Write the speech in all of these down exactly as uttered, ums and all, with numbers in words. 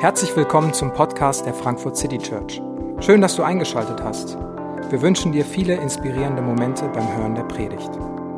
Herzlich willkommen zum Podcast der Frankfurt City Church. Schön, dass du eingeschaltet hast. Wir wünschen dir viele inspirierende Momente beim Hören der Predigt.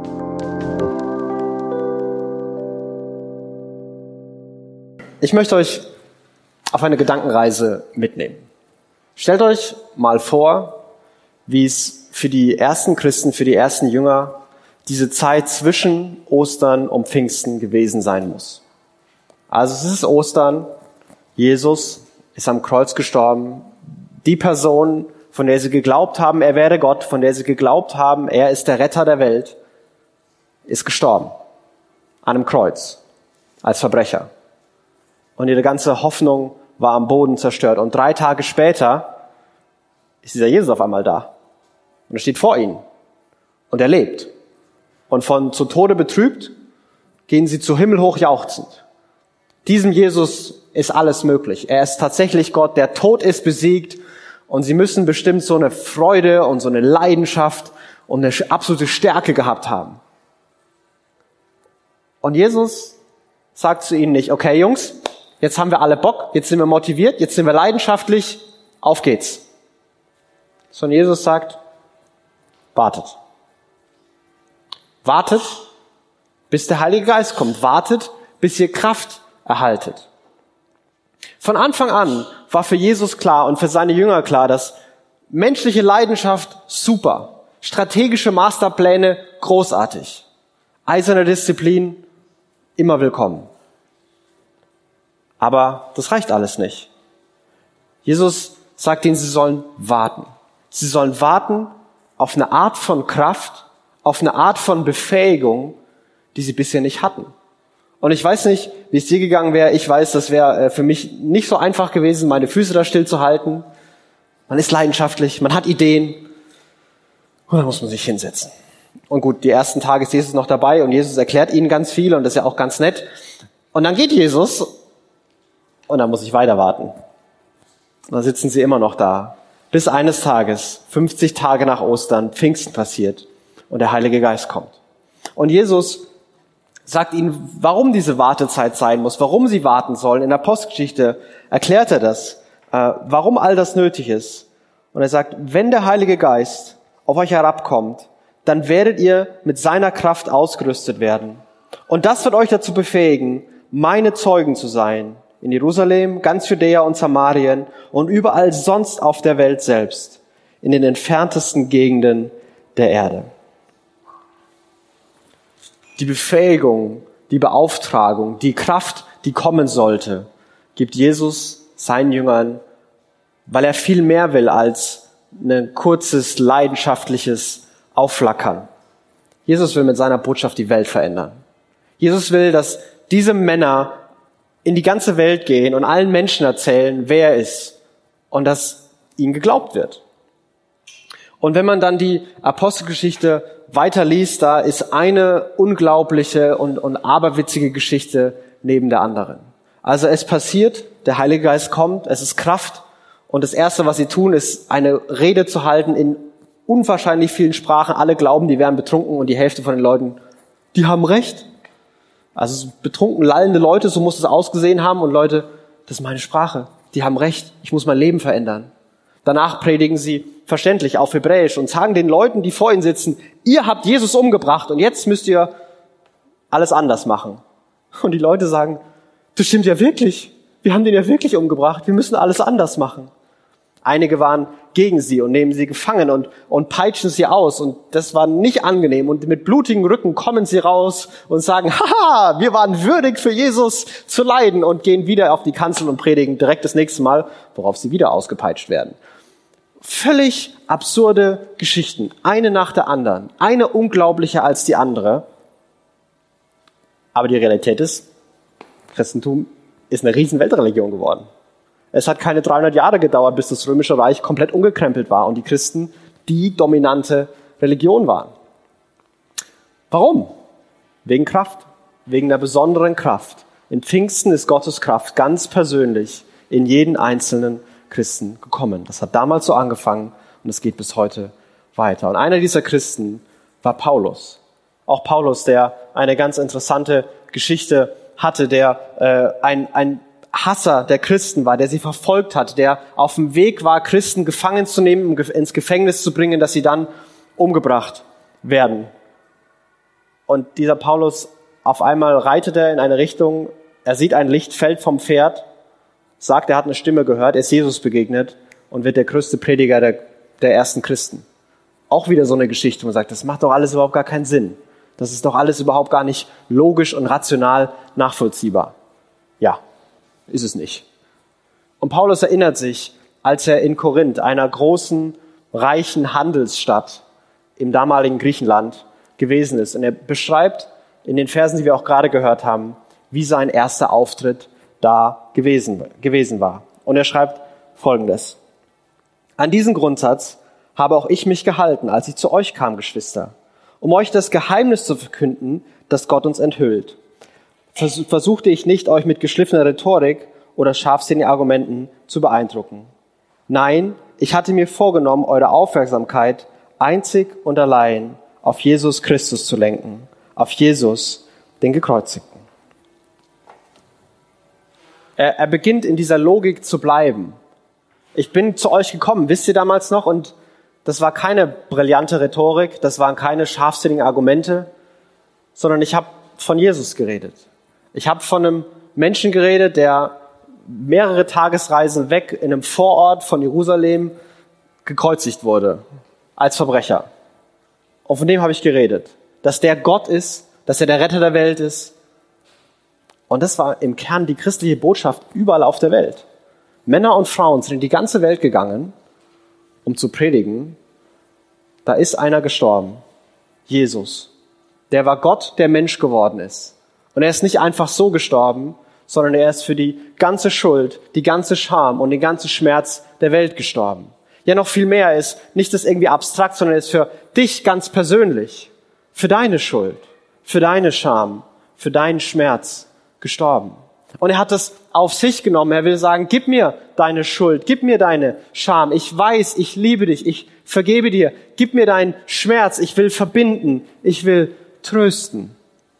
Ich möchte euch auf eine Gedankenreise mitnehmen. Stellt euch mal vor, wie es für die ersten Christen, für die ersten Jünger diese Zeit zwischen Ostern und Pfingsten gewesen sein muss. Also es ist Ostern, Jesus ist am Kreuz gestorben, die Person, von der sie geglaubt haben, er wäre Gott, von der sie geglaubt haben, er ist der Retter der Welt, ist gestorben an einem Kreuz als Verbrecher. Und ihre ganze Hoffnung war am Boden zerstört. Und drei Tage später ist dieser Jesus auf einmal da. Und er steht vor ihnen. Und er lebt. Und von zu Tode betrübt gehen sie zu Himmel hoch jauchzend. Diesem Jesus ist alles möglich. Er ist tatsächlich Gott, der Tod ist besiegt. Und sie müssen bestimmt so eine Freude und so eine Leidenschaft und eine absolute Stärke gehabt haben. Und Jesus sagt zu ihnen nicht, okay Jungs, jetzt haben wir alle Bock, jetzt sind wir motiviert, jetzt sind wir leidenschaftlich, auf geht's. Sondern Jesus sagt, wartet. Wartet, bis der Heilige Geist kommt. Wartet, bis ihr Kraft erhaltet. Von Anfang an war für Jesus klar und für seine Jünger klar, dass menschliche Leidenschaft super, strategische Masterpläne großartig, eiserne Disziplin immer willkommen. Aber das reicht alles nicht. Jesus sagt ihnen, sie sollen warten. Sie sollen warten auf eine Art von Kraft, auf eine Art von Befähigung, die sie bisher nicht hatten. Und ich weiß nicht, wie es dir gegangen wäre. Ich weiß, das wäre für mich nicht so einfach gewesen, meine Füße da stillzuhalten. Man ist leidenschaftlich, man hat Ideen und dann muss man sich hinsetzen. Und gut, die ersten Tage ist Jesus noch dabei und Jesus erklärt ihnen ganz viel und das ist ja auch ganz nett. Und dann geht Jesus und dann muss ich weiter warten. Und dann sitzen sie immer noch da, bis eines Tages, fünfzig Tage nach Ostern, Pfingsten passiert und der Heilige Geist kommt. Und Jesus sagt ihnen, warum diese Wartezeit sein muss, warum sie warten sollen. In der Apostelgeschichte erklärt er das, äh, warum all das nötig ist. Und er sagt, wenn der Heilige Geist auf euch herabkommt, dann werdet ihr mit seiner Kraft ausgerüstet werden. Und das wird euch dazu befähigen, meine Zeugen zu sein. In Jerusalem, ganz Judäa und Samarien und überall sonst auf der Welt selbst. In den entferntesten Gegenden der Erde. Die Befähigung, die Beauftragung, die Kraft, die kommen sollte, gibt Jesus seinen Jüngern, weil er viel mehr will als ein kurzes, leidenschaftliches Aufflackern. Jesus will mit seiner Botschaft die Welt verändern. Jesus will, dass diese Männer in die ganze Welt gehen und allen Menschen erzählen, wer er ist und dass ihnen geglaubt wird. Und wenn man dann die Apostelgeschichte weiterliest, da ist eine unglaubliche und, und aberwitzige Geschichte neben der anderen. Also es passiert, der Heilige Geist kommt, es ist Kraft und das Erste, was sie tun, ist eine Rede zu halten in unwahrscheinlich vielen Sprachen. Alle glauben, die wären betrunken und die Hälfte von den Leuten, die haben recht. Also betrunken, lallende Leute, so muss es ausgesehen haben und Leute, das ist meine Sprache, die haben recht, ich muss mein Leben verändern. Danach predigen sie verständlich auf Hebräisch und sagen den Leuten, die vor ihnen sitzen, ihr habt Jesus umgebracht und jetzt müsst ihr alles anders machen. Und die Leute sagen, das stimmt ja wirklich, wir haben den ja wirklich umgebracht, wir müssen alles anders machen. Einige waren gegen sie und nehmen sie gefangen und, und peitschen sie aus und das war nicht angenehm und mit blutigen Rücken kommen sie raus und sagen, haha, wir waren würdig für Jesus zu leiden und gehen wieder auf die Kanzel und predigen direkt das nächste Mal, worauf sie wieder ausgepeitscht werden. Völlig absurde Geschichten, eine nach der anderen, eine unglaublicher als die andere. Aber die Realität ist, Christentum ist eine riesen Weltreligion geworden. Es hat keine dreihundert Jahre gedauert, bis das Römische Reich komplett umgekrempelt war und die Christen die dominante Religion waren. Warum? Wegen Kraft, wegen einer besonderen Kraft. In Pfingsten ist Gottes Kraft ganz persönlich in jeden einzelnen Christen gekommen. Das hat damals so angefangen und es geht bis heute weiter. Und einer dieser Christen war Paulus. Auch Paulus, der eine ganz interessante Geschichte hatte, der äh, ein, ein Hasser der Christen war, der sie verfolgt hat, der auf dem Weg war, Christen gefangen zu nehmen, ins Gefängnis zu bringen, dass sie dann umgebracht werden. Und dieser Paulus, auf einmal reitet er in eine Richtung, er sieht ein Licht, fällt vom Pferd, sagt, er hat eine Stimme gehört, er ist Jesus begegnet und wird der größte Prediger der, der ersten Christen. Auch wieder so eine Geschichte, wo man sagt, das macht doch alles überhaupt gar keinen Sinn. Das ist doch alles überhaupt gar nicht logisch und rational nachvollziehbar. Ja, ist es nicht. Und Paulus erinnert sich, als er in Korinth, einer großen, reichen Handelsstadt im damaligen Griechenland gewesen ist. Und er beschreibt in den Versen, die wir auch gerade gehört haben, wie sein erster Auftritt da gewesen, gewesen war. Und er schreibt Folgendes. An diesen Grundsatz habe auch ich mich gehalten, als ich zu euch kam, Geschwister, um euch das Geheimnis zu verkünden, das Gott uns enthüllt. Vers- versuchte ich nicht, euch mit geschliffener Rhetorik oder scharfsinnigen Argumenten zu beeindrucken. Nein, ich hatte mir vorgenommen, eure Aufmerksamkeit einzig und allein auf Jesus Christus zu lenken, auf Jesus, den Gekreuzigten. Er, er beginnt in dieser Logik zu bleiben. Ich bin zu euch gekommen, wisst ihr damals noch? Und das war keine brillante Rhetorik, das waren keine scharfsinnigen Argumente, sondern ich habe von Jesus geredet. Ich habe von einem Menschen geredet, der mehrere Tagesreisen weg in einem Vorort von Jerusalem gekreuzigt wurde, als Verbrecher. Und von dem habe ich geredet, dass der Gott ist, dass er der Retter der Welt ist. Und das war im Kern die christliche Botschaft überall auf der Welt. Männer und Frauen sind in die ganze Welt gegangen, um zu predigen. Da ist einer gestorben, Jesus. Der war Gott, der Mensch geworden ist. Und er ist nicht einfach so gestorben, sondern er ist für die ganze Schuld, die ganze Scham und den ganzen Schmerz der Welt gestorben. Ja, noch viel mehr ist nicht das irgendwie abstrakt, sondern er ist für dich ganz persönlich, für deine Schuld, für deine Scham, für deinen Schmerz gestorben. Und er hat das auf sich genommen. Er will sagen, gib mir deine Schuld, gib mir deine Scham. Ich weiß, ich liebe dich, ich vergebe dir. Gib mir deinen Schmerz, ich will verbinden, ich will trösten.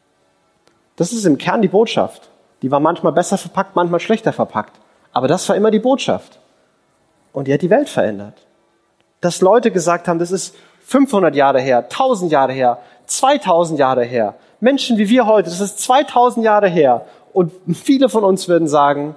Das ist im Kern die Botschaft. Die war manchmal besser verpackt, manchmal schlechter verpackt. Aber das war immer die Botschaft. Und die hat die Welt verändert. Dass Leute gesagt haben, das ist fünfhundert Jahre her, tausend Jahre her, zweitausend Jahre her. Menschen wie wir heute, das ist zweitausend Jahre her. Und viele von uns würden sagen,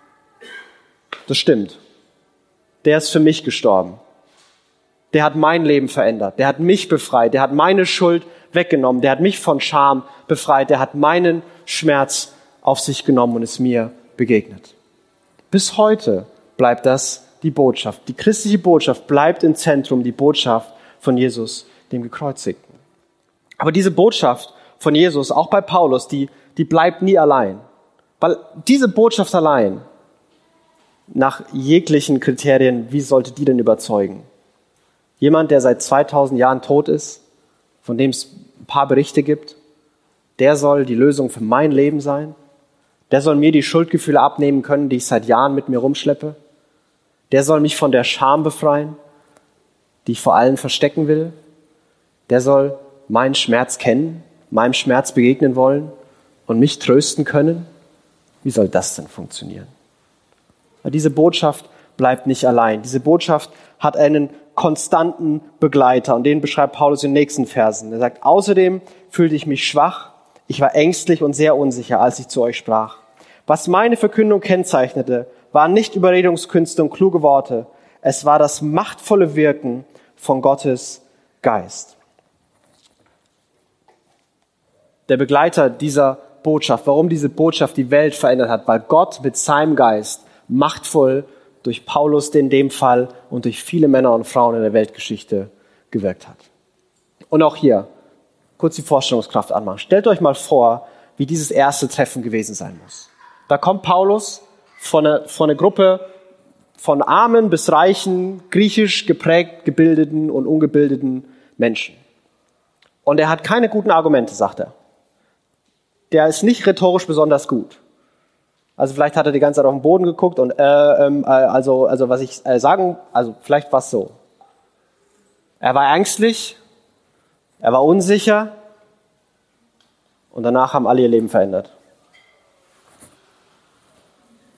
das stimmt. Der ist für mich gestorben. Der hat mein Leben verändert. Der hat mich befreit. Der hat meine Schuld weggenommen. Der hat mich von Scham befreit. Der hat meinen Schmerz auf sich genommen und ist mir begegnet. Bis heute bleibt das die Botschaft. Die christliche Botschaft bleibt im Zentrum, die Botschaft von Jesus, dem Gekreuzigten. Aber diese Botschaft von Jesus, auch bei Paulus, die, die bleibt nie allein. Weil diese Botschaft allein, nach jeglichen Kriterien, wie sollte die denn überzeugen? Jemand, der seit zweitausend Jahren tot ist, von dem es ein paar Berichte gibt, der soll die Lösung für mein Leben sein? Der soll mir die Schuldgefühle abnehmen können, die ich seit Jahren mit mir rumschleppe? Der soll mich von der Scham befreien, die ich vor allen verstecken will? Der soll meinen Schmerz kennen, meinem Schmerz begegnen wollen und mich trösten können? Wie soll das denn funktionieren? Weil diese Botschaft bleibt nicht allein. Diese Botschaft hat einen konstanten Begleiter und den beschreibt Paulus in den nächsten Versen. Er sagt, außerdem fühlte ich mich schwach, ich war ängstlich und sehr unsicher, als ich zu euch sprach. Was meine Verkündung kennzeichnete, waren nicht Überredungskünste und kluge Worte. Es war das machtvolle Wirken von Gottes Geist. Der Begleiter dieser Botschaft, warum diese Botschaft die Welt verändert hat, weil Gott mit seinem Geist machtvoll durch Paulus in dem Fall und durch viele Männer und Frauen in der Weltgeschichte gewirkt hat. Und auch hier, kurz die Vorstellungskraft anmachen. Stellt euch mal vor, wie dieses erste Treffen gewesen sein muss. Da kommt Paulus von einer, von einer Gruppe von armen bis reichen, griechisch geprägt, gebildeten und ungebildeten Menschen. Und er hat keine guten Argumente, sagt er. Der ist nicht rhetorisch besonders gut. Also vielleicht hat er die ganze Zeit auf den Boden geguckt und äh, äh, also also was ich äh, sagen, also vielleicht war es so. Er war ängstlich, er war unsicher und danach haben alle ihr Leben verändert.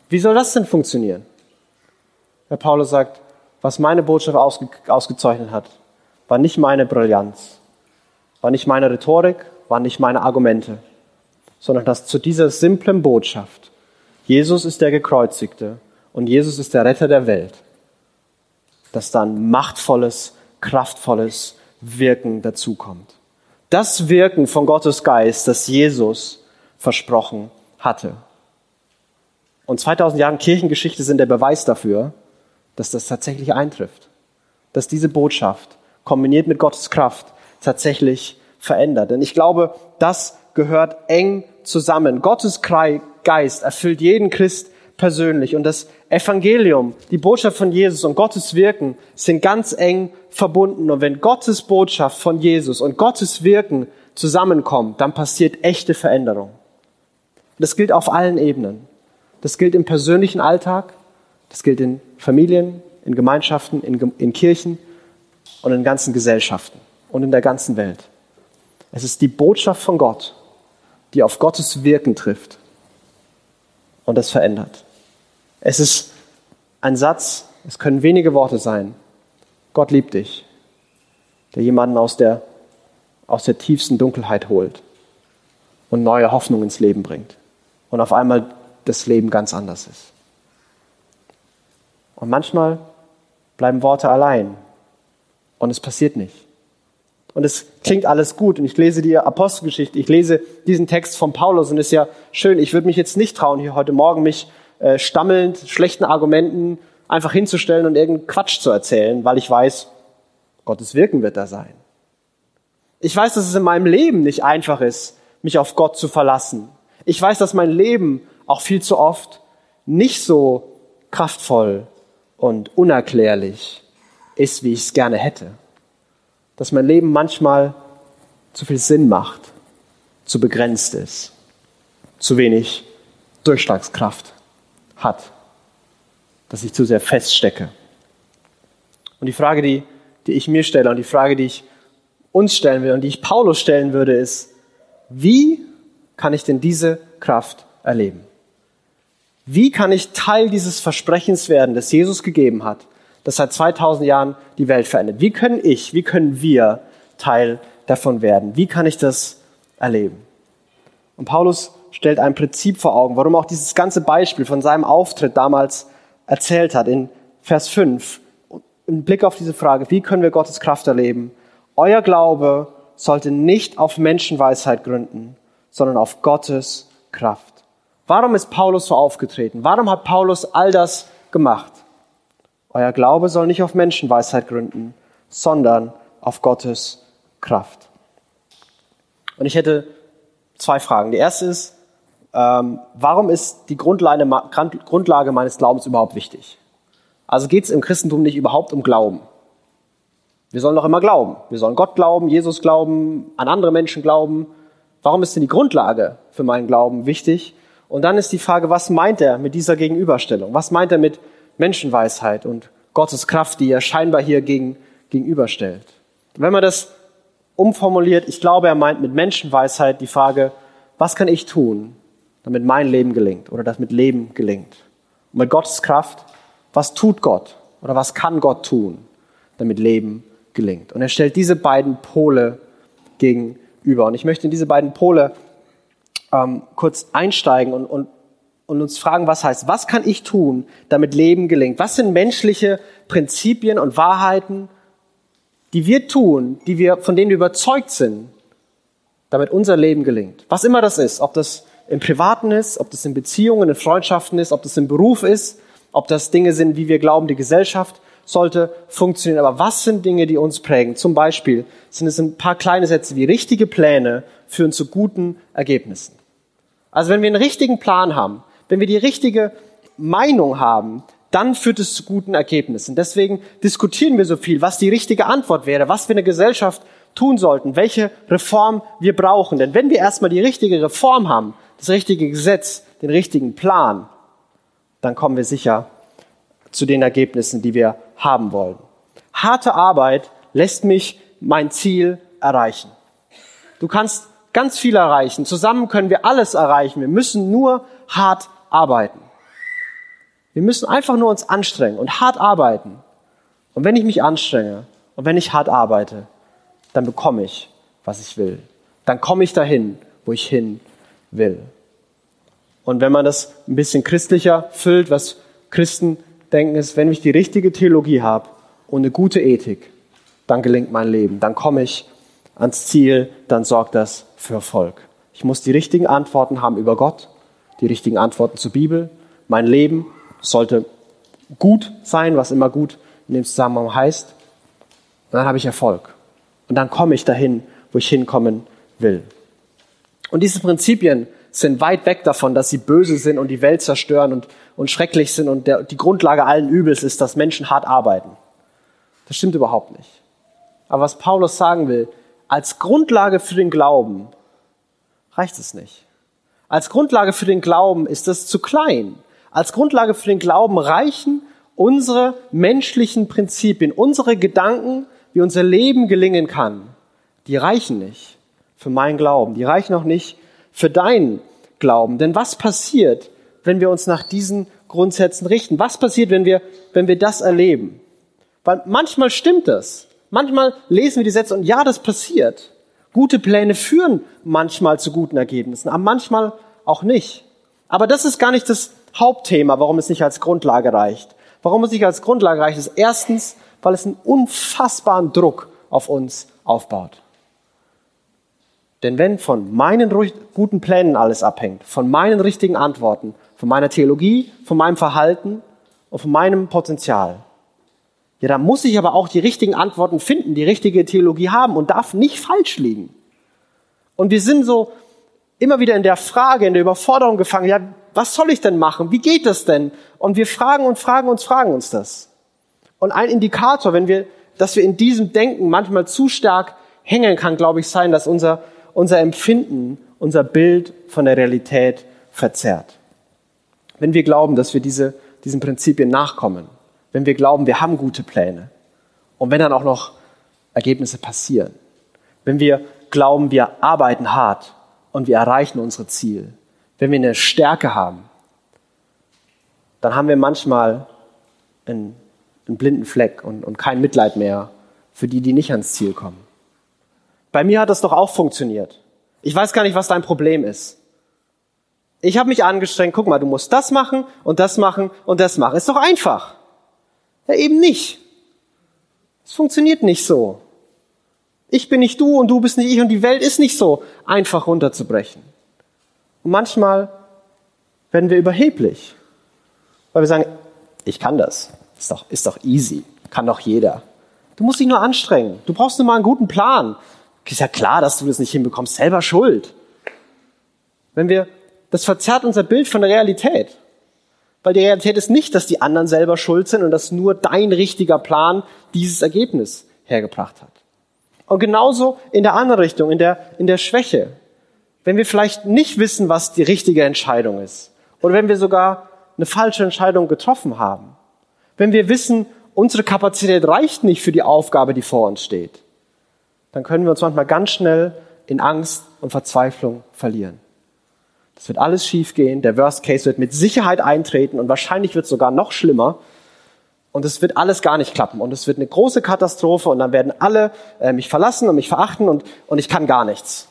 Wie soll das denn funktionieren? Herr Paulus sagt, was meine Botschaft ausge- ausgezeichnet hat, war nicht meine Brillanz, war nicht meine Rhetorik, waren nicht meine Argumente, sondern dass zu dieser simplen Botschaft, Jesus ist der Gekreuzigte und Jesus ist der Retter der Welt, dass dann machtvolles, kraftvolles Wirken dazukommt. Das Wirken von Gottes Geist, das Jesus versprochen hatte. Und zweitausend Jahre Kirchengeschichte sind der Beweis dafür, dass das tatsächlich eintrifft. Dass diese Botschaft, kombiniert mit Gottes Kraft, tatsächlich verändert. Denn ich glaube, das gehört eng zusammen. Gottes Geist erfüllt jeden Christ persönlich. Und das Evangelium, die Botschaft von Jesus und Gottes Wirken sind ganz eng verbunden. Und wenn Gottes Botschaft von Jesus und Gottes Wirken zusammenkommen, dann passiert echte Veränderung. Das gilt auf allen Ebenen. Das gilt im persönlichen Alltag, das gilt in Familien, in Gemeinschaften, in, in Kirchen und in ganzen Gesellschaften und in der ganzen Welt. Es ist die Botschaft von Gott, die auf Gottes Wirken trifft und das verändert. Es ist ein Satz, es können wenige Worte sein. Gott liebt dich, der jemanden aus der, aus der tiefsten Dunkelheit holt und neue Hoffnung ins Leben bringt. Und auf einmal das Leben ganz anders ist. Und manchmal bleiben Worte allein und es passiert nicht. Und es klingt alles gut und ich lese die Apostelgeschichte, ich lese diesen Text von Paulus und es ist ja schön, ich würde mich jetzt nicht trauen, hier heute Morgen mich äh, stammelnd, schlechten Argumenten einfach hinzustellen und irgendeinen Quatsch zu erzählen, weil ich weiß, Gottes Wirken wird da sein. Ich weiß, dass es in meinem Leben nicht einfach ist, mich auf Gott zu verlassen. Ich weiß, dass mein Leben auch viel zu oft nicht so kraftvoll und unerklärlich ist, wie ich es gerne hätte. Dass mein Leben manchmal zu viel Sinn macht, zu begrenzt ist, zu wenig Durchschlagskraft hat, dass ich zu sehr feststecke. Und die Frage, die, die ich mir stelle und die Frage, die ich uns stellen will und die ich Paulus stellen würde, ist, wie kann ich denn diese Kraft erleben? Wie kann ich Teil dieses Versprechens werden, das Jesus gegeben hat, das seit zweitausend Jahren die Welt verändert? Wie können ich, wie können wir Teil davon werden? Wie kann ich das erleben? Und Paulus stellt ein Prinzip vor Augen, warum auch dieses ganze Beispiel von seinem Auftritt damals erzählt hat. In Vers fünf, im Blick auf diese Frage, wie können wir Gottes Kraft erleben? Euer Glaube sollte nicht auf Menschenweisheit gründen, sondern auf Gottes Kraft. Warum ist Paulus so aufgetreten? Warum hat Paulus all das gemacht? Euer Glaube soll nicht auf Menschenweisheit gründen, sondern auf Gottes Kraft. Und ich hätte zwei Fragen. Die erste ist, ähm, warum ist die Grundlage, Grundlage meines Glaubens überhaupt wichtig? Also geht es im Christentum nicht überhaupt um Glauben? Wir sollen doch immer glauben. Wir sollen Gott glauben, Jesus glauben, an andere Menschen glauben. Warum ist denn die Grundlage für meinen Glauben wichtig? Und dann ist die Frage, was meint er mit dieser Gegenüberstellung? Was meint er mit Menschenweisheit und Gottes Kraft, die er scheinbar hier gegen, gegenüberstellt? Wenn man das umformuliert, ich glaube, er meint mit Menschenweisheit die Frage, was kann ich tun, damit mein Leben gelingt oder damit Leben gelingt? Und mit Gottes Kraft, was tut Gott oder was kann Gott tun, damit Leben gelingt? Und er stellt diese beiden Pole gegenüber. Und ich möchte in diese beiden Pole ähm, kurz einsteigen und, und, und uns fragen, was heißt, was kann ich tun, damit Leben gelingt? Was sind menschliche Prinzipien und Wahrheiten, die wir tun, die wir, von denen wir überzeugt sind, damit unser Leben gelingt? Was immer das ist, ob das im Privaten ist, ob das in Beziehungen, in Freundschaften ist, ob das im Beruf ist, ob das Dinge sind, wie wir glauben, die Gesellschaft sollte funktionieren. Aber was sind Dinge, die uns prägen? Zum Beispiel sind es ein paar kleine Sätze wie richtige Pläne führen zu guten Ergebnissen. Also wenn wir einen richtigen Plan haben, wenn wir die richtige Meinung haben, dann führt es zu guten Ergebnissen. Deswegen diskutieren wir so viel, was die richtige Antwort wäre, was wir in der Gesellschaft tun sollten, welche Reform wir brauchen. Denn wenn wir erstmal die richtige Reform haben, das richtige Gesetz, den richtigen Plan, dann kommen wir sicher zu den Ergebnissen, die wir haben wollen. Harte Arbeit lässt mich mein Ziel erreichen. Du kannst ganz viel erreichen. Zusammen können wir alles erreichen. Wir müssen nur hart arbeiten. Wir müssen einfach nur uns anstrengen und hart arbeiten. Und wenn ich mich anstrenge und wenn ich hart arbeite, dann bekomme ich, was ich will. Dann komme ich dahin, wo ich hin will. Und wenn man das ein bisschen christlicher füllt, was Christen denken ist, wenn ich die richtige Theologie habe und eine gute Ethik, dann gelingt mein Leben. Dann komme ich ans Ziel, dann sorgt das für Erfolg. Ich muss die richtigen Antworten haben über Gott, die richtigen Antworten zur Bibel. Mein Leben sollte gut sein, was immer gut in dem Zusammenhang heißt. Und dann habe ich Erfolg. Und dann komme ich dahin, wo ich hinkommen will. Und diese Prinzipien sind weit weg davon, dass sie böse sind und die Welt zerstören und, und schrecklich sind. Und der, die Grundlage allen Übels ist, dass Menschen hart arbeiten. Das stimmt überhaupt nicht. Aber was Paulus sagen will, als Grundlage für den Glauben reicht es nicht. Als Grundlage für den Glauben ist das zu klein. Als Grundlage für den Glauben reichen unsere menschlichen Prinzipien, unsere Gedanken, wie unser Leben gelingen kann. Die reichen nicht für meinen Glauben. Die reichen auch nicht für deinen Glauben. Denn was passiert, wenn wir uns nach diesen Grundsätzen richten? Was passiert, wenn wir, wenn wir das erleben? Weil manchmal stimmt das. Manchmal lesen wir die Sätze und ja, das passiert. Gute Pläne führen manchmal zu guten Ergebnissen, aber manchmal auch nicht. Aber das ist gar nicht das Hauptthema, warum es nicht als Grundlage reicht. Warum es nicht als Grundlage reicht, ist erstens, weil es einen unfassbaren Druck auf uns aufbaut. Denn wenn von meinen guten Plänen alles abhängt, von meinen richtigen Antworten, von meiner Theologie, von meinem Verhalten und von meinem Potenzial, ja, dann muss ich aber auch die richtigen Antworten finden, die richtige Theologie haben und darf nicht falsch liegen. Und wir sind so immer wieder in der Frage, in der Überforderung gefangen, ja, was soll ich denn machen? Wie geht das denn? Und wir fragen und fragen uns, fragen uns das. Und ein Indikator, wenn wir, dass wir in diesem Denken manchmal zu stark hängen, kann, glaube ich, sein, dass unser, unser Empfinden, unser Bild von der Realität verzerrt. Wenn wir glauben, dass wir diese, diesen Prinzipien nachkommen, wenn wir glauben, wir haben gute Pläne und wenn dann auch noch Ergebnisse passieren, wenn wir glauben, wir arbeiten hart und wir erreichen unser Ziel, wenn wir eine Stärke haben, dann haben wir manchmal einen, einen blinden Fleck und, und kein Mitleid mehr für die, die nicht ans Ziel kommen. Bei mir hat das doch auch funktioniert. Ich weiß gar nicht, was dein Problem ist. Ich habe mich angestrengt, guck mal, du musst das machen und das machen und das machen. Ist doch einfach. Ja, eben nicht. Es funktioniert nicht so. Ich bin nicht du und du bist nicht ich und die Welt ist nicht so einfach runterzubrechen. Und manchmal werden wir überheblich, weil wir sagen, ich kann das. Ist doch, ist doch easy. Kann doch jeder. Du musst dich nur anstrengen. Du brauchst nur mal einen guten Plan. Ist ja klar, dass du das nicht hinbekommst. Selber schuld. Wenn wir, das verzerrt unser Bild von der Realität. Weil die Realität ist nicht, dass die anderen selber schuld sind und dass nur dein richtiger Plan dieses Ergebnis hergebracht hat. Und genauso in der anderen Richtung, in der, in der Schwäche. Wenn wir vielleicht nicht wissen, was die richtige Entscheidung ist. Oder wenn wir sogar eine falsche Entscheidung getroffen haben. Wenn wir wissen, unsere Kapazität reicht nicht für die Aufgabe, die vor uns steht. Dann können wir uns manchmal ganz schnell in Angst und Verzweiflung verlieren. Das wird alles schief gehen, der Worst Case wird mit Sicherheit eintreten und wahrscheinlich wird es sogar noch schlimmer. Und es wird alles gar nicht klappen und es wird eine große Katastrophe und dann werden alle äh, mich verlassen und mich verachten und, und ich kann gar nichts.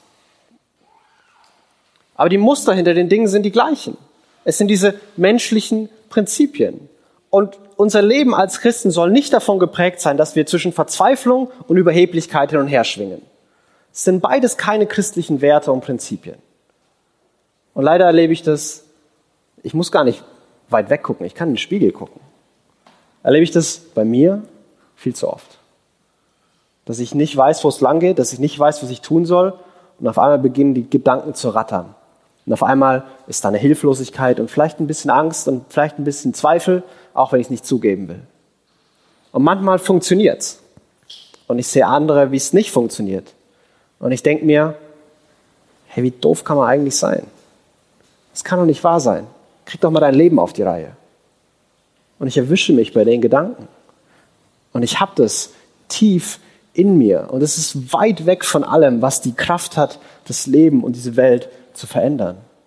Aber die Muster hinter den Dingen sind die gleichen. Es sind diese menschlichen Prinzipien. Und unser Leben als Christen soll nicht davon geprägt sein, dass wir zwischen Verzweiflung und Überheblichkeit hin und her schwingen. Es sind beides keine christlichen Werte und Prinzipien. Und leider erlebe ich das, ich muss gar nicht weit weg gucken, ich kann in den Spiegel gucken. Erlebe ich das bei mir viel zu oft. Dass ich nicht weiß, wo es lang geht, dass ich nicht weiß, was ich tun soll und auf einmal beginnen die Gedanken zu rattern. Und auf einmal ist da eine Hilflosigkeit und vielleicht ein bisschen Angst und vielleicht ein bisschen Zweifel, auch wenn ich es nicht zugeben will. Und manchmal funktioniert's. Und ich sehe andere, wie es nicht funktioniert. Und ich denke mir, hey, wie doof kann man eigentlich sein? Das kann doch nicht wahr sein. Krieg doch mal dein Leben auf die Reihe. Und ich erwische mich bei den Gedanken. Und ich habe das tief in mir. Und es ist weit weg von allem, was die Kraft hat, das Leben und diese Welt zu verändern.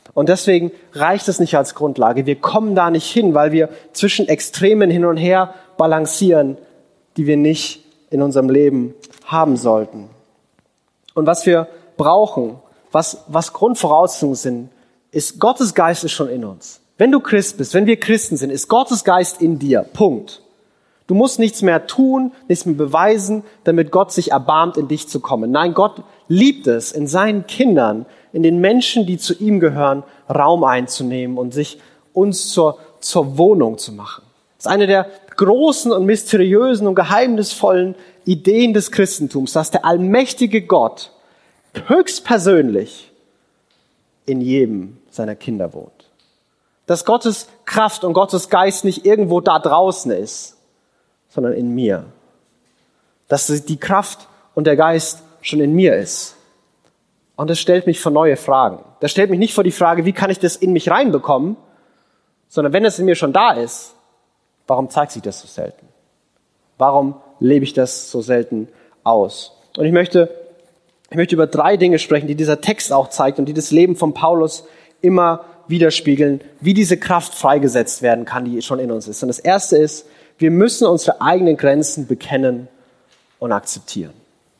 Und deswegen reicht es nicht als Grundlage. Wir kommen da nicht hin, weil wir zwischen Extremen hin und her balancieren, die wir nicht in unserem Leben haben sollten. Und was wir brauchen, was, was Grundvoraussetzungen sind, ist, Gottes Geist ist schon in uns. Wenn du Christ bist, wenn wir Christen sind, ist Gottes Geist in dir. Punkt. Du musst nichts mehr tun, nichts mehr beweisen, damit Gott sich erbarmt, in dich zu kommen. Nein, Gott liebt es, in seinen Kindern, in den Menschen, die zu ihm gehören, Raum einzunehmen und sich uns zur, zur Wohnung zu machen. Das ist eine der großen und mysteriösen und geheimnisvollen Ideen des Christentums, dass der allmächtige Gott höchstpersönlich in jedem seiner Kinder wohnt. Dass Gottes Kraft und Gottes Geist nicht irgendwo da draußen ist, sondern in mir. Dass die Kraft und der Geist schon in mir ist. Und das stellt mich vor neue Fragen. Das stellt mich nicht vor die Frage, wie kann ich das in mich reinbekommen, sondern wenn es in mir schon da ist, warum zeigt sich das so selten? Warum lebe ich das so selten aus? Und ich möchte, ich möchte über drei Dinge sprechen, die dieser Text auch zeigt und die das Leben von Paulus immer widerspiegeln, wie diese Kraft freigesetzt werden kann, die schon in uns ist. Und das erste ist, wir müssen unsere eigenen Grenzen bekennen und akzeptieren.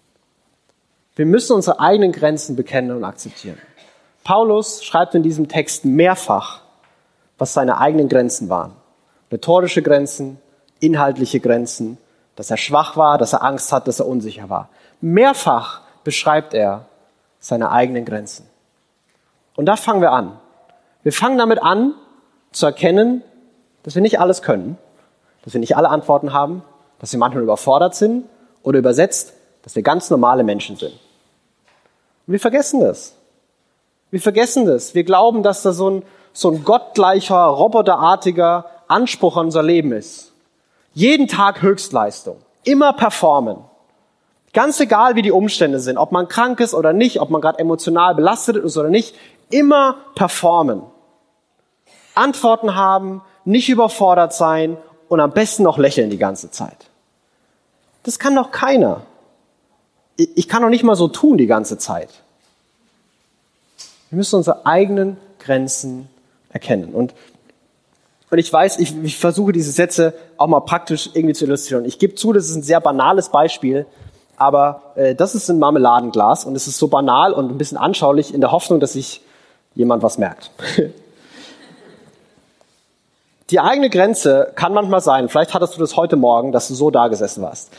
Wir müssen unsere eigenen Grenzen bekennen und akzeptieren. Paulus schreibt in diesem Text mehrfach, was seine eigenen Grenzen waren. Rhetorische Grenzen, inhaltliche Grenzen, dass er schwach war, dass er Angst hat, dass er unsicher war. Mehrfach beschreibt er seine eigenen Grenzen. Und da fangen wir an. Wir fangen damit an, zu erkennen, dass wir nicht alles können, dass wir nicht alle Antworten haben, dass wir manchmal überfordert sind oder übersetzt, dass wir ganz normale Menschen sind. Und wir vergessen das. Wir vergessen das. Wir glauben, dass da so ein, so ein gottgleicher, roboterartiger Anspruch an unser Leben ist. Jeden Tag Höchstleistung. Immer performen. Ganz egal, wie die Umstände sind, ob man krank ist oder nicht, ob man gerade emotional belastet ist oder nicht, immer performen. Antworten haben, nicht überfordert sein und am besten noch lächeln die ganze Zeit. Das kann doch keiner. Ich kann doch nicht mal so tun die ganze Zeit. Wir müssen unsere eigenen Grenzen erkennen. Und, und ich weiß, ich, ich versuche diese Sätze auch mal praktisch irgendwie zu illustrieren. Ich gebe zu, das ist ein sehr banales Beispiel, aber äh, das ist ein Marmeladenglas und es ist so banal und ein bisschen anschaulich in der Hoffnung, dass sich jemand was merkt. Die eigene Grenze kann manchmal sein, vielleicht hattest du das heute Morgen, dass du so da gesessen warst.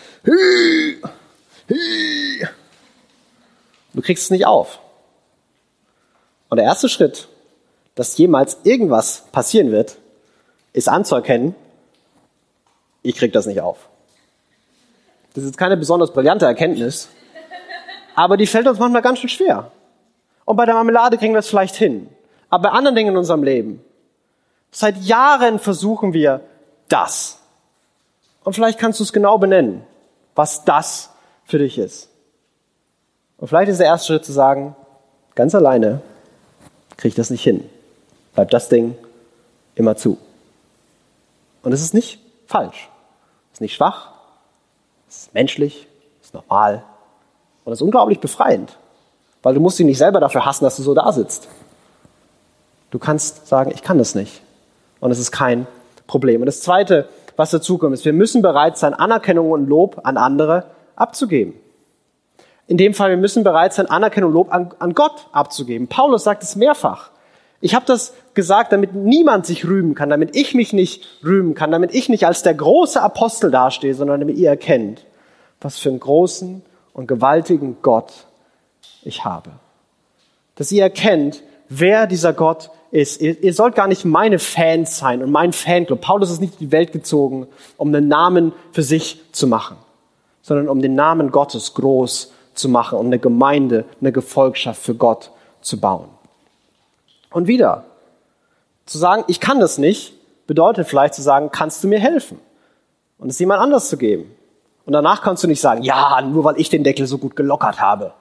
Du kriegst es nicht auf. Und der erste Schritt, dass jemals irgendwas passieren wird, ist anzuerkennen, ich krieg das nicht auf. Das ist jetzt keine besonders brillante Erkenntnis, aber die fällt uns manchmal ganz schön schwer. Und bei der Marmelade kriegen wir es vielleicht hin. Aber bei anderen Dingen in unserem Leben, seit Jahren versuchen wir das. Und vielleicht kannst du es genau benennen, was das für dich ist. Und vielleicht ist der erste Schritt zu sagen, ganz alleine kriege ich das nicht hin. Bleibt das Ding immer zu. Und es ist nicht falsch. Es ist nicht schwach. Es ist menschlich. Es ist normal. Und es ist unglaublich befreiend. Weil du musst dich nicht selber dafür hassen, dass du so da sitzt. Du kannst sagen, ich kann das nicht. Und es ist kein Problem. Und das Zweite, was dazu kommt, ist, wir müssen bereit sein, Anerkennung und Lob an andere abzugeben. In dem Fall, wir müssen bereit sein, Anerkennung und Lob an, an Gott abzugeben. Paulus sagt es mehrfach. Ich habe das gesagt, damit niemand sich rühmen kann, damit ich mich nicht rühmen kann, damit ich nicht als der große Apostel dastehe, sondern damit ihr erkennt, was für einen großen und gewaltigen Gott ich habe. Dass ihr erkennt, wer dieser Gott ist. Ihr, ihr sollt gar nicht meine Fans sein und mein Fanclub. Paulus ist nicht in die Welt gezogen, um einen Namen für sich zu machen, sondern um den Namen Gottes groß zu machen und eine Gemeinde, eine Gefolgschaft für Gott zu bauen. Und wieder, zu sagen, ich kann das nicht, bedeutet vielleicht zu sagen, kannst du mir helfen? Und es jemand anders zu geben. Und danach kannst du nicht sagen, ja, nur weil ich den Deckel so gut gelockert habe.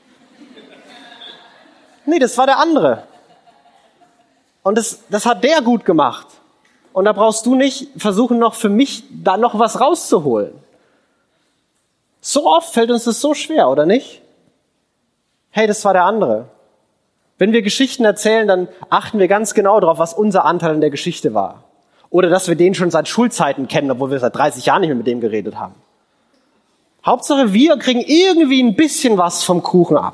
Nee, das war der andere. Und das, das hat der gut gemacht. Und da brauchst du nicht versuchen, noch für mich da noch was rauszuholen. So oft fällt uns das so schwer, oder nicht? Hey, das war der andere. Wenn wir Geschichten erzählen, dann achten wir ganz genau darauf, was unser Anteil in der Geschichte war. Oder dass wir den schon seit Schulzeiten kennen, obwohl wir seit dreißig Jahren nicht mehr mit dem geredet haben. Hauptsache, wir kriegen irgendwie ein bisschen was vom Kuchen ab.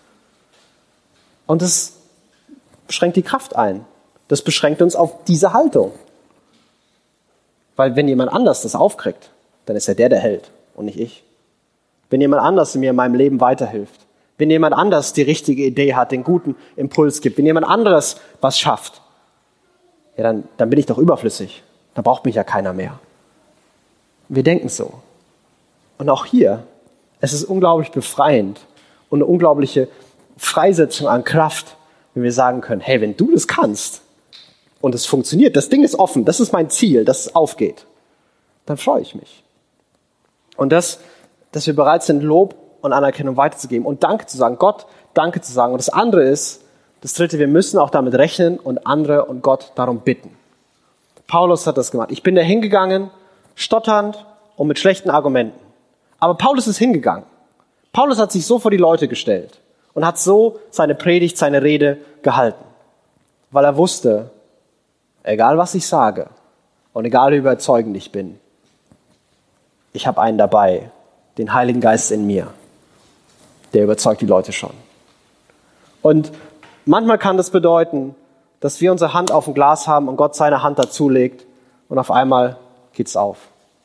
Und das beschränkt die Kraft ein. Das beschränkt uns auf diese Haltung. Weil wenn jemand anders das aufkriegt, dann ist er der, der hält und nicht ich. Wenn jemand anders mir in meinem Leben weiterhilft, wenn jemand anders die richtige Idee hat, den guten Impuls gibt, wenn jemand anderes was schafft, ja, dann, dann bin ich doch überflüssig. Dann braucht mich ja keiner mehr. Wir denken so. Und auch hier, es ist unglaublich befreiend und eine unglaubliche Freisetzung an Kraft, wenn wir sagen können, hey, wenn du das kannst und es funktioniert, das Ding ist offen, das ist mein Ziel, dass es aufgeht, dann freue ich mich. Und das, dass wir bereit sind, Lob und Anerkennung weiterzugeben und Danke zu sagen, Gott Danke zu sagen. Und das andere ist, das dritte, wir müssen auch damit rechnen und andere und Gott darum bitten. Paulus hat das gemacht. Ich bin da hingegangen, stotternd und mit schlechten Argumenten. Aber Paulus ist hingegangen. Paulus hat sich so vor die Leute gestellt und hat so seine Predigt, seine Rede gehalten. Weil er wusste, egal was ich sage und egal wie überzeugend ich bin, ich habe einen dabei, den Heiligen Geist in mir. Der überzeugt die Leute schon. Und manchmal kann das bedeuten, dass wir unsere Hand auf dem Glas haben und Gott seine Hand dazulegt und auf einmal geht's auf.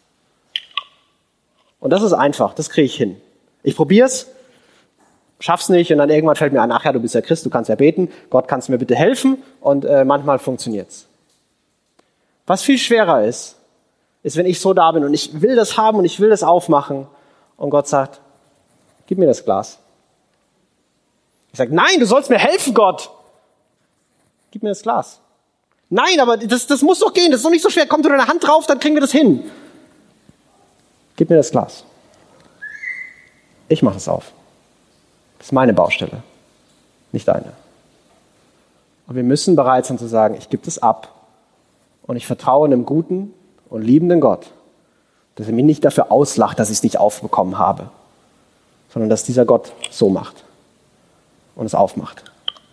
Und das ist einfach, das kriege ich hin. Ich probier's, schaff's nicht und dann irgendwann fällt mir ein, ach ja, du bist ja Christ, du kannst ja beten, Gott, kannst du mir bitte helfen? Und äh, manchmal funktioniert's. Was viel schwerer ist, ist, wenn ich so da bin und ich will das haben und ich will das aufmachen und Gott sagt, gib mir das Glas. Ich sage, nein, du sollst mir helfen, Gott. Gib mir das Glas. Nein, aber das, das muss doch gehen, das ist doch nicht so schwer. Komm, du deine Hand drauf, dann kriegen wir das hin. Gib mir das Glas. Ich mache es auf. Das ist meine Baustelle, nicht deine. Und wir müssen bereit sein zu sagen, ich gebe das ab und ich vertraue einem guten und liebenden Gott, dass er mich nicht dafür auslacht, dass ich es nicht aufbekommen habe, sondern dass dieser Gott so macht und es aufmacht.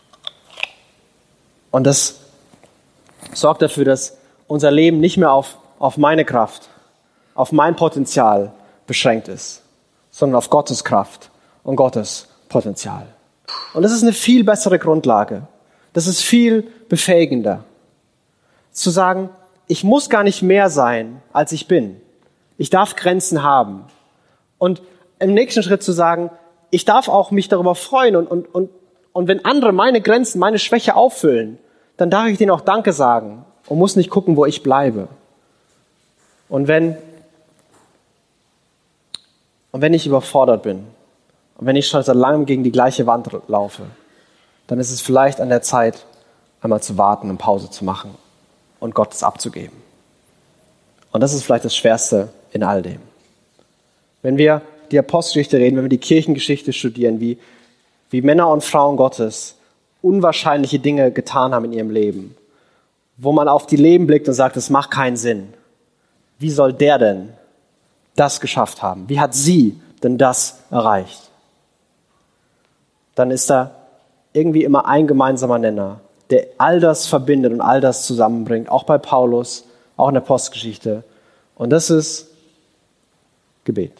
Und das sorgt dafür, dass unser Leben nicht mehr auf, auf meine Kraft, auf mein Potenzial beschränkt ist, sondern auf Gottes Kraft und Gottes Potenzial. Und das ist eine viel bessere Grundlage. Das ist viel befähigender. Zu sagen, ich muss gar nicht mehr sein, als ich bin. Ich darf Grenzen haben. Und im nächsten Schritt zu sagen, ich darf auch mich darüber freuen und, und, und, und wenn andere meine Grenzen, meine Schwäche auffüllen, dann darf ich denen auch Danke sagen und muss nicht gucken, wo ich bleibe. Und wenn, und wenn ich überfordert bin und wenn ich schon seit langem gegen die gleiche Wand laufe, dann ist es vielleicht an der Zeit, einmal zu warten und Pause zu machen und Gott es abzugeben. Und das ist vielleicht das Schwerste in all dem. Wenn wir die Apostelgeschichte reden, wenn wir die Kirchengeschichte studieren, wie, wie Männer und Frauen Gottes unwahrscheinliche Dinge getan haben in ihrem Leben, wo man auf die Leben blickt und sagt, es macht keinen Sinn. Wie soll der denn das geschafft haben? Wie hat sie denn das erreicht? Dann ist da irgendwie immer ein gemeinsamer Nenner, der all das verbindet und all das zusammenbringt, auch bei Paulus, auch in der Apostelgeschichte. Und das ist Gebet.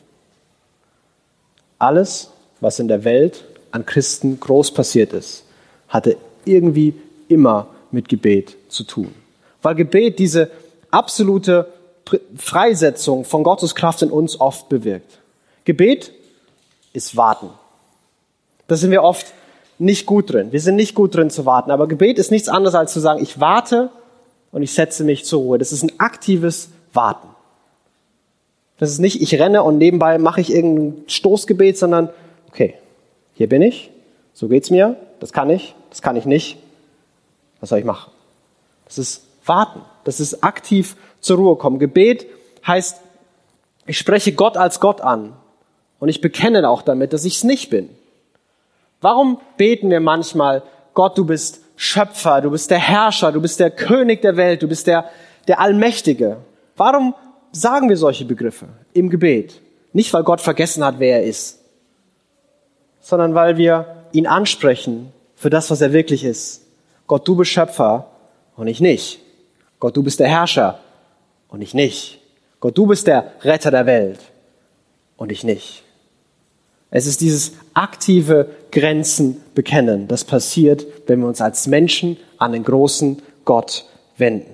Alles, was in der Welt an Christen groß passiert ist, hatte irgendwie immer mit Gebet zu tun. Weil Gebet diese absolute Freisetzung von Gottes Kraft in uns oft bewirkt. Gebet ist Warten. Da sind wir oft nicht gut drin. Wir sind nicht gut drin zu warten. Aber Gebet ist nichts anderes als zu sagen, ich warte und ich setze mich zur Ruhe. Das ist ein aktives Warten. Das ist nicht, ich renne und nebenbei mache ich irgendein Stoßgebet, sondern, okay, hier bin ich, so geht's mir, das kann ich, das kann ich nicht. Was soll ich machen? Das ist Warten. Das ist aktiv zur Ruhe kommen. Gebet heißt, ich spreche Gott als Gott an und ich bekenne auch damit, dass ich es nicht bin. Warum beten wir manchmal, Gott, du bist Schöpfer, du bist der Herrscher, du bist der König der Welt, du bist der, der Allmächtige? Warum sagen wir solche Begriffe im Gebet? Nicht, weil Gott vergessen hat, wer er ist, sondern weil wir ihn ansprechen für das, was er wirklich ist. Gott, du bist Schöpfer und ich nicht. Gott, du bist der Herrscher und ich nicht. Gott, du bist der Retter der Welt und ich nicht. Es ist dieses aktive Grenzen bekennen, das passiert, wenn wir uns als Menschen an den großen Gott wenden.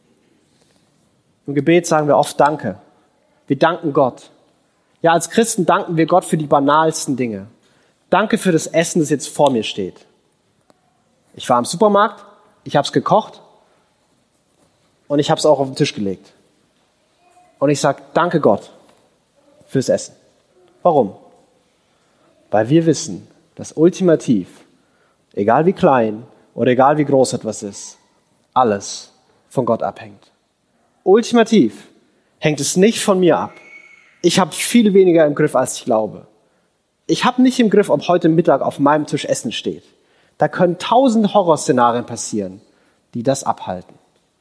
Im Gebet sagen wir oft Danke. Wir danken Gott. Ja, als Christen danken wir Gott für die banalsten Dinge. Danke für das Essen, das jetzt vor mir steht. Ich war im Supermarkt, ich habe es gekocht und ich habe es auch auf den Tisch gelegt. Und ich sage Danke Gott fürs Essen. Warum? Weil wir wissen, dass ultimativ, egal wie klein oder egal wie groß etwas ist, alles von Gott abhängt. Ultimativ hängt es nicht von mir ab. Ich habe viel weniger im Griff, als ich glaube. Ich habe nicht im Griff, ob heute Mittag auf meinem Tisch Essen steht. Da können tausend Horrorszenarien passieren, die das abhalten.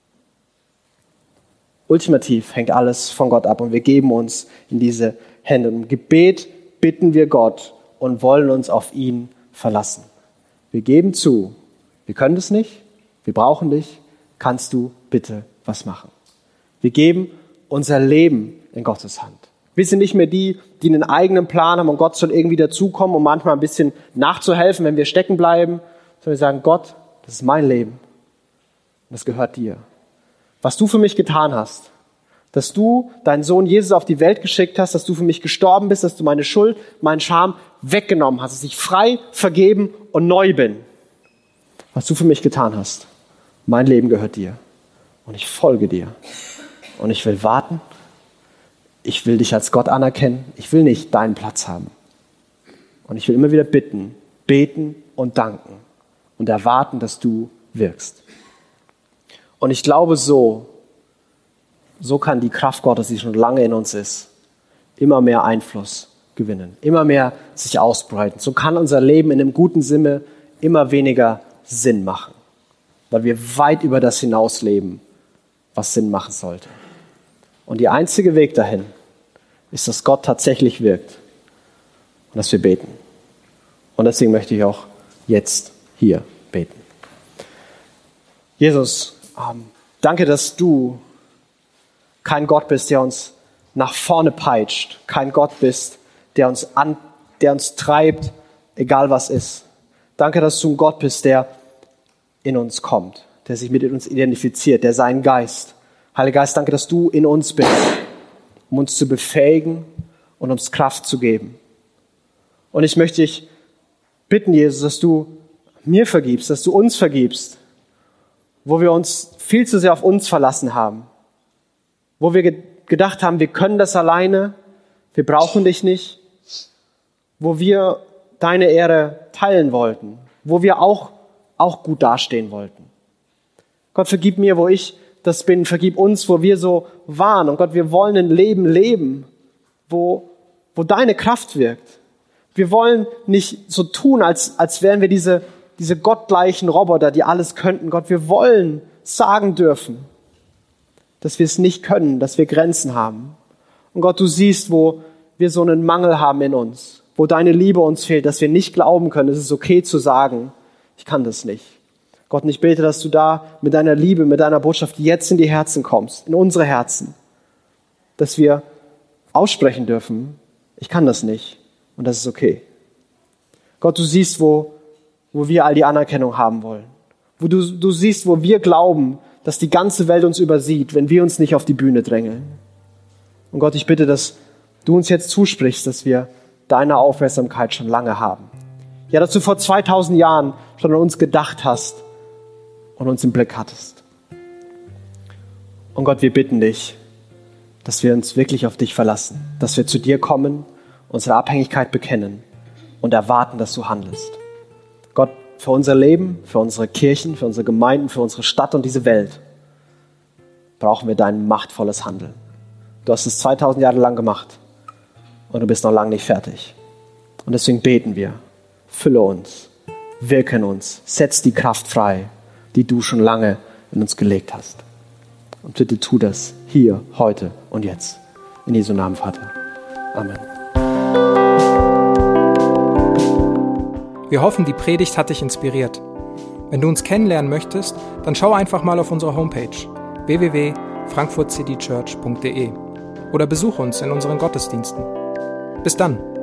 Ultimativ hängt alles von Gott ab und wir geben uns in diese Hände. Und im Gebet bitten wir Gott und wollen uns auf ihn verlassen. Wir geben zu, wir können das nicht, wir brauchen dich, kannst du bitte was machen. Wir geben unser Leben in Gottes Hand. Wir sind nicht mehr die, die einen eigenen Plan haben und Gott soll irgendwie dazukommen, um manchmal ein bisschen nachzuhelfen, wenn wir stecken bleiben, sondern wir sagen, Gott, das ist mein Leben und das gehört dir. Was du für mich getan hast, dass du deinen Sohn Jesus auf die Welt geschickt hast, dass du für mich gestorben bist, dass du meine Schuld, meinen Scham weggenommen hast, dass ich frei, vergeben und neu bin. Was du für mich getan hast, mein Leben gehört dir und ich folge dir und ich will warten. Ich will dich als Gott anerkennen. Ich will nicht deinen Platz haben. Und ich will immer wieder bitten, beten und danken und erwarten, dass du wirkst. Und ich glaube, so, so kann die Kraft Gottes, die schon lange in uns ist, immer mehr Einfluss gewinnen, immer mehr sich ausbreiten. So kann unser Leben in einem guten Sinne immer weniger Sinn machen, weil wir weit über das hinaus leben, was Sinn machen sollte. Und der einzige Weg dahin ist, dass Gott tatsächlich wirkt und dass wir beten. Und deswegen möchte ich auch jetzt hier beten. Jesus, ähm, danke, dass du kein Gott bist, der uns nach vorne peitscht, kein Gott bist, der uns an, der uns treibt, egal was ist. Danke, dass du ein Gott bist, der in uns kommt, der sich mit uns identifiziert, der seinen Geist. Heiliger Geist, danke, dass du in uns bist, um uns zu befähigen und uns Kraft zu geben. Und ich möchte dich bitten, Jesus, dass du mir vergibst, dass du uns vergibst, wo wir uns viel zu sehr auf uns verlassen haben, wo wir ge- gedacht haben, wir können das alleine, wir brauchen dich nicht, wo wir deine Ehre teilen wollten, wo wir auch, auch gut dastehen wollten. Gott, vergib mir, wo ich das bin, vergib uns, wo wir so waren. Und Gott, wir wollen ein Leben leben, wo, wo deine Kraft wirkt. Wir wollen nicht so tun, als, als wären wir diese, diese gottgleichen Roboter, die alles könnten. Gott, wir wollen sagen dürfen, dass wir es nicht können, dass wir Grenzen haben. Und Gott, du siehst, wo wir so einen Mangel haben in uns, wo deine Liebe uns fehlt, dass wir nicht glauben können, es ist okay zu sagen, ich kann das nicht. Gott, und ich bete, dass du da mit deiner Liebe, mit deiner Botschaft jetzt in die Herzen kommst, in unsere Herzen, dass wir aussprechen dürfen, ich kann das nicht und das ist okay. Gott, du siehst, wo, wo wir all die Anerkennung haben wollen, wo du, du siehst, wo wir glauben, dass die ganze Welt uns übersieht, wenn wir uns nicht auf die Bühne drängeln. Und Gott, ich bitte, dass du uns jetzt zusprichst, dass wir deine Aufmerksamkeit schon lange haben. Ja, dass du vor zweitausend Jahren schon an uns gedacht hast und uns im Blick hattest. Und Gott, wir bitten dich, dass wir uns wirklich auf dich verlassen, dass wir zu dir kommen, unsere Abhängigkeit bekennen und erwarten, dass du handelst. Gott, für unser Leben, für unsere Kirchen, für unsere Gemeinden, für unsere Stadt und diese Welt brauchen wir dein machtvolles Handeln. Du hast es zweitausend Jahre lang gemacht und du bist noch lange nicht fertig. Und deswegen beten wir, fülle uns, wirke in uns, setz die Kraft frei, die du schon lange in uns gelegt hast. Und bitte tu das hier, heute und jetzt. In Jesu Namen, Vater. Amen. Wir hoffen, die Predigt hat dich inspiriert. Wenn du uns kennenlernen möchtest, dann schau einfach mal auf unsere Homepage w w w punkt frankfurt city church punkt d e oder besuche uns in unseren Gottesdiensten. Bis dann!